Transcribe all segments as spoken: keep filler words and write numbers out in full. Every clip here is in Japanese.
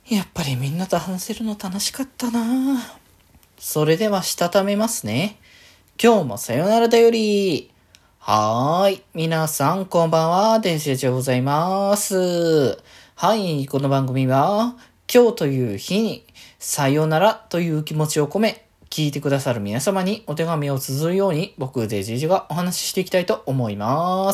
やっぱりみんなと話せるの楽しかったな。それではしたためますね。今日もさよならだより。はーい。皆さんこんばんは。デンジでございます。はい。この番組は今日という日にさよならという気持ちを込め聞いてくださる皆様にお手紙を綴るように僕デジジがお話ししていきたいと思います。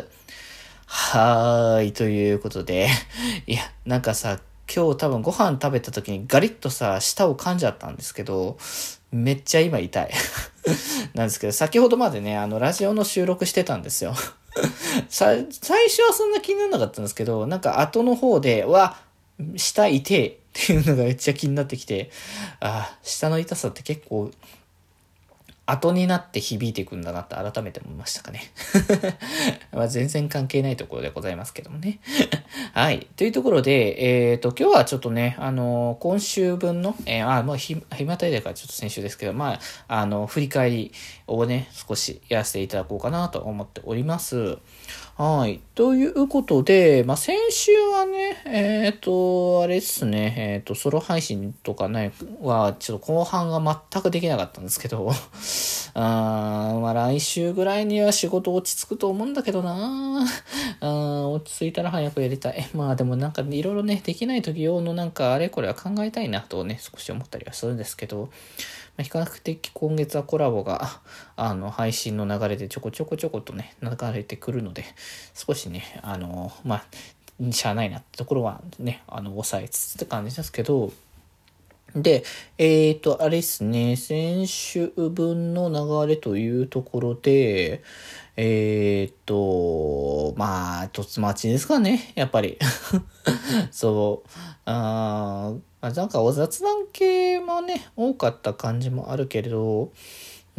はーい。ということで。いや、なんかさ、今日多分ご飯食べた時にガリッとさ、舌を噛んじゃったんですけど、めっちゃ今痛い。なんですけど、先ほどまでね、あの、ラジオの収録してたんですよ。さ、最初はそんな気にならなかったんですけど、なんか後の方で、うわ、舌痛えっていうのがめっちゃ気になってきて、あ、舌の痛さって結構、後になって響いていくんだなって改めて思いましたかね。まあ全然関係ないところでございますけどもね。はい。というところで、えっ、ー、と、今日はちょっとね、あのー、今週分の、えー、あ、まあ、ひ、ひまたいだからちょっと先週ですけど、まあ、あの、振り返りをね、少しやらせていただこうかなと思っております。はい。ということで、まあ、先週はね、えっ、ー、と、あれですね、えっ、ー、と、ソロ配信とかね、は、ちょっと後半が全くできなかったんですけど、あーまあ、来週ぐらいには仕事落ち着くと思うんだけどなあー落ち着いたら早くやりたい。まあでもなんかいろいろね、できない時用のなんかあれこれは考えたいなとね、少し思ったりはするんですけど、まあ、比較的今月はコラボが、あの、配信の流れでちょこちょこちょことね、流れてくるので、少しね、あの、まあ、しゃあないなってところはね、あの、抑えつつって感じですけど、で、えっ、ー、と、あれですね、先週分の流れというところで、えっ、ー、と、まあ、とつまちですかね、やっぱり。そう。あなんかお雑談系もね、多かった感じもあるけれど、うん。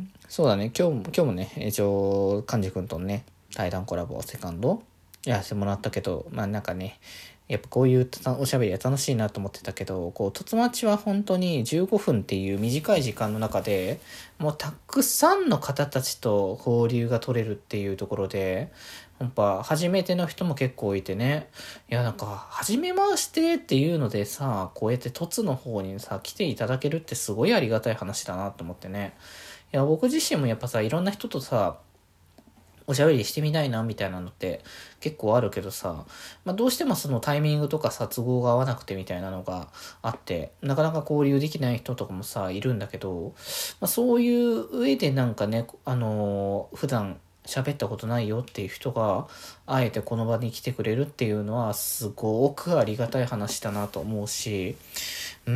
そうだね、今日も、今日もね、一応、幹事君とね、対談コラボ、セカンドやらせてもらったけど、まあなんかね、やっぱこういうおしゃべりは楽しいなと思ってたけど、こう、とつまちは本当にじゅうごふんっていう短い時間の中で、もうたくさんの方たちと交流が取れるっていうところで、やっぱ初めての人も結構いてね、いやなんか、初めましてっていうのでさ、こうやって凸の方にさ、来ていただけるってすごいありがたい話だなと思ってね。いや、僕自身もやっぱさ、いろんな人とさ、おしゃべりしてみたいなみたいなのって結構あるけどさ、まあ、どうしてもそのタイミングとかさ都合が合わなくてみたいなのがあって、なかなか交流できない人とかもさいるんだけど、まあ、そういう上でなんかね、あのー、普段喋ったことないよっていう人があえてこの場に来てくれるっていうのはすごくありがたい話だなと思うし、うん、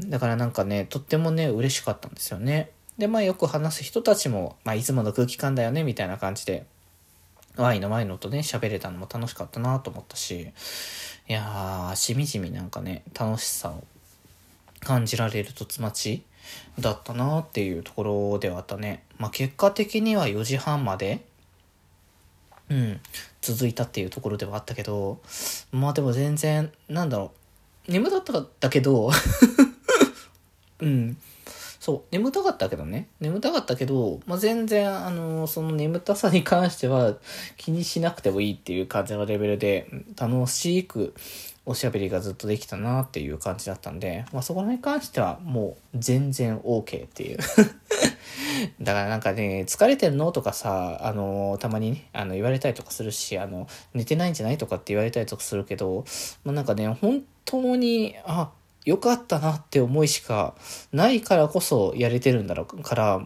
だからなんかねとってもね嬉しかったんですよね。でまあよく話す人たちも、まあ、いつもの空気感だよねみたいな感じでワイのワイのとね、喋れたのも楽しかったなと思ったし、いやー、しみじみなんかね、楽しさを感じられるとつまちだったなっていうところではあったね。まあ結果的にはよじはんまで、うん、続いたっていうところではあったけど、まあでも全然、なんだろう、眠たかったけど、うん、そう、眠たかったけどね。眠たかったけど、まあ、全然、あのー、その眠たさに関しては気にしなくてもいいっていう感じのレベルで、楽しくおしゃべりがずっとできたなっていう感じだったんで、まあ、そこに関してはもう全然 OK っていう。だからなんかね、疲れてんのとかさ、あのー、たまにね、あの、言われたりとかするし、あの、寝てないんじゃないとかって言われたりとかするけど、まあ、なんかね、本当に、あ、よかったなって思いしかないからこそやれてるんだろうから、うん、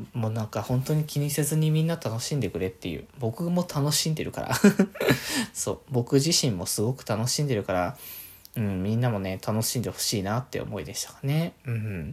もうなんか本当に気にせずにみんな楽しんでくれっていう。僕も楽しんでるから。そう、僕自身もすごく楽しんでるから、うん、みんなもね、楽しんでほしいなって思いでしたかね。うん。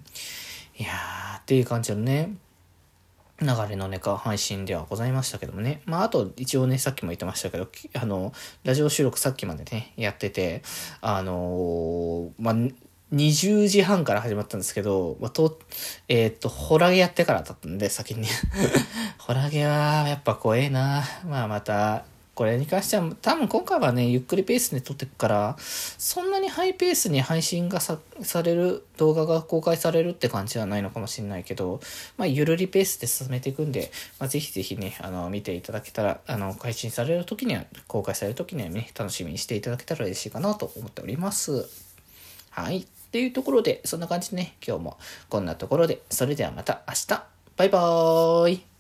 いやー、っていう感じのね、流れのね、配信ではございましたけどもね。まあ、あと、一応ね、さっきも言ってましたけど、あの、ラジオ収録さっきまでね、やってて、あのー、まあ、にじゅうじはんから始まったんですけど、まあ、と、えっと、ホラゲやってからだったんで、先に。ホラゲは、やっぱ怖えな。まあ、また、これに関しては、多分今回はね、ゆっくりペースで撮っていくから、そんなにハイペースに配信がさ、される、動画が公開されるって感じはないのかもしれないけど、まあ、ゆるりペースで進めていくんで、まあ、ぜひぜひね、あの、見ていただけたら、あの、配信される時には、公開される時にはね、楽しみにしていただけたら嬉しいかなと思っております。 はい。っていうところで、そんな感じでね、今日もこんなところで、それではまた明日。バイバーイ。